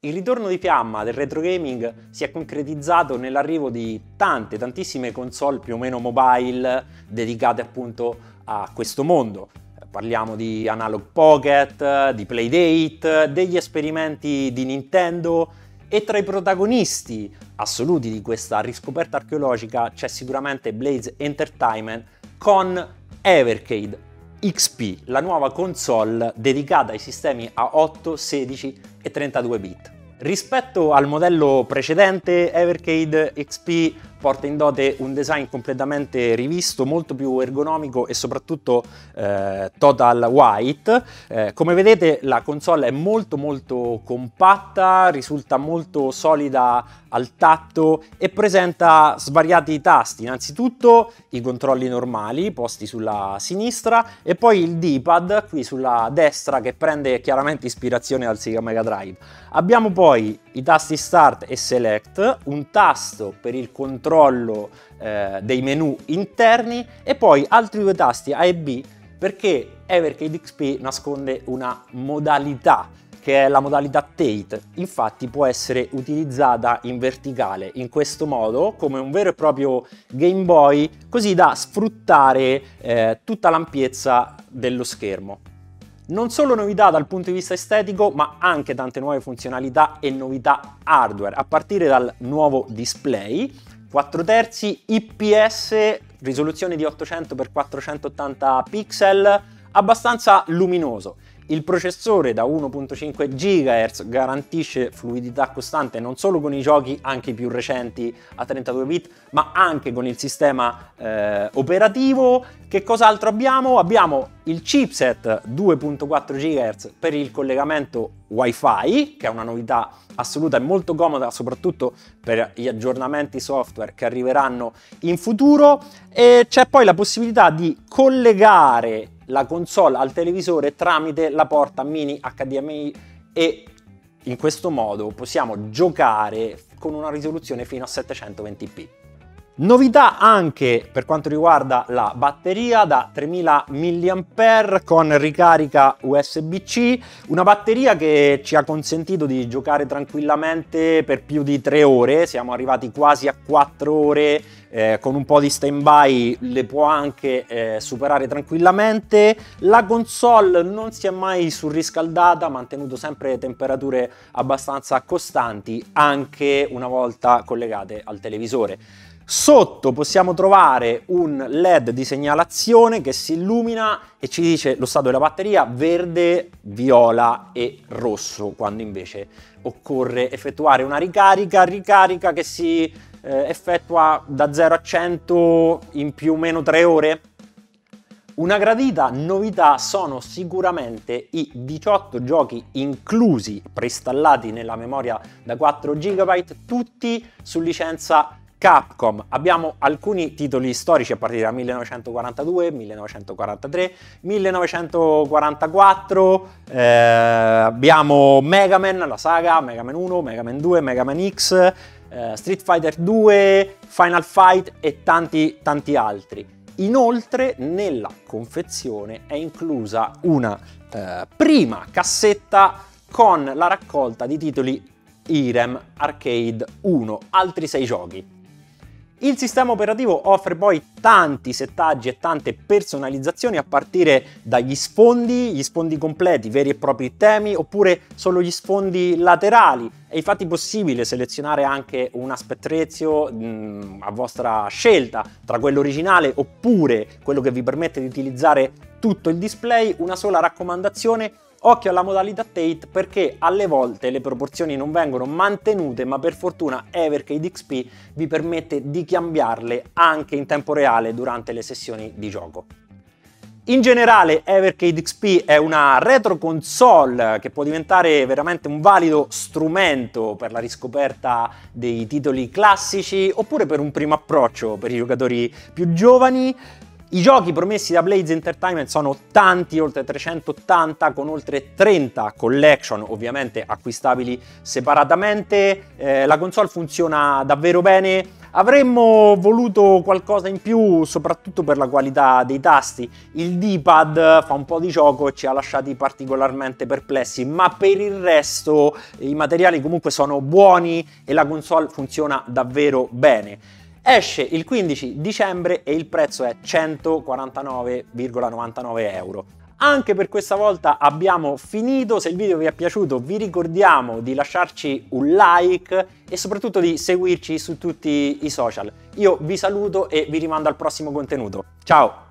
Il ritorno di fiamma del retro gaming si è concretizzato nell'arrivo di tantissime console più o meno mobile dedicate appunto a questo mondo. Parliamo di Analog Pocket, di Playdate, degli esperimenti di Nintendo, e tra i protagonisti assoluti di questa riscoperta archeologica c'è sicuramente Blaze Entertainment con Evercade XP, la nuova console dedicata ai sistemi a 8, 16 e 32 bit. Rispetto al modello precedente, Evercade XP porta in dote un design completamente rivisto, molto più ergonomico e soprattutto total white. Come vedete, la console è molto compatta, risulta molto solida al tatto e presenta svariati tasti. Innanzitutto i controlli normali posti sulla sinistra e poi il D-pad qui sulla destra, che prende chiaramente ispirazione dal Sega Mega Drive. Abbiamo poi i tasti Start e Select, un tasto per il controllo dei menu interni e poi altri due tasti A e B, perché Evercade XP nasconde una modalità che è la modalità Tate. Infatti può essere utilizzata in verticale in questo modo come un vero e proprio Game Boy, così da sfruttare tutta l'ampiezza dello schermo. Non solo novità dal punto di vista estetico, ma anche tante nuove funzionalità e novità hardware, a partire dal nuovo display 4 terzi IPS, risoluzione di 800x480 pixel, abbastanza luminoso. Il processore da 1.5 GHz garantisce fluidità costante non solo con i giochi, anche i più recenti a 32 bit, ma anche con il sistema operativo. Che cos'altro abbiamo? Abbiamo il chipset 2.4 GHz per il collegamento Wi-Fi, che è una novità assoluta e molto comoda soprattutto per gli aggiornamenti software che arriveranno in futuro, e c'è poi la possibilità di collegare la console al televisore tramite la porta mini HDMI e in questo modo possiamo giocare con una risoluzione fino a 720p. Novità anche per quanto riguarda la batteria da 3000 mAh con ricarica USB-C, una batteria che ci ha consentito di giocare tranquillamente per più di 3 ore, siamo arrivati quasi a 4 ore, con un po' di stand-by le può anche superare tranquillamente. La console non si è mai surriscaldata, ha mantenuto sempre temperature abbastanza costanti anche una volta collegate al televisore. Sotto possiamo trovare un LED di segnalazione che si illumina e ci dice lo stato della batteria: verde, viola e rosso, quando invece occorre effettuare una ricarica che si effettua da 0 a 100 in più o meno 3 ore. Una gradita novità sono sicuramente i 18 giochi inclusi, preinstallati nella memoria da 4 GB, tutti su licenza Capcom. Abbiamo alcuni titoli storici a partire da 1942, 1943, 1944, abbiamo Mega Man, la saga, Mega Man 1, Mega Man 2, Mega Man X, Street Fighter 2, Final Fight e tanti altri. Inoltre nella confezione è inclusa una prima cassetta con la raccolta di titoli Irem Arcade 1, altri 6 giochi. Il sistema operativo offre poi tanti settaggi e tante personalizzazioni, a partire dagli gli sfondi completi, veri e propri temi, oppure solo gli sfondi laterali. È infatti possibile selezionare anche un aspect ratio a vostra scelta, tra quello originale oppure quello che vi permette di utilizzare tutto il display. Una sola raccomandazione: occhio alla modalità Tate, perché alle volte le proporzioni non vengono mantenute, ma per fortuna Evercade XP vi permette di cambiarle anche in tempo reale durante le sessioni di gioco. In generale Evercade XP è una retro console che può diventare veramente un valido strumento per la riscoperta dei titoli classici, oppure per un primo approccio per i giocatori più giovani. I giochi promessi da Blaze Entertainment sono tanti, oltre 380, con oltre 30 collection, ovviamente acquistabili separatamente. La console funziona davvero bene, Avremmo voluto qualcosa in più, soprattutto per la qualità dei tasti. Il D-pad fa un po' di gioco e ci ha lasciati particolarmente perplessi, ma per il resto i materiali comunque sono buoni e la console funziona davvero bene. Esce il 15 dicembre e il prezzo è 149,99 euro. Anche per questa volta abbiamo finito. Se il video vi è piaciuto vi ricordiamo di lasciarci un like e soprattutto di seguirci su tutti i social. Io vi saluto e vi rimando al prossimo contenuto. Ciao!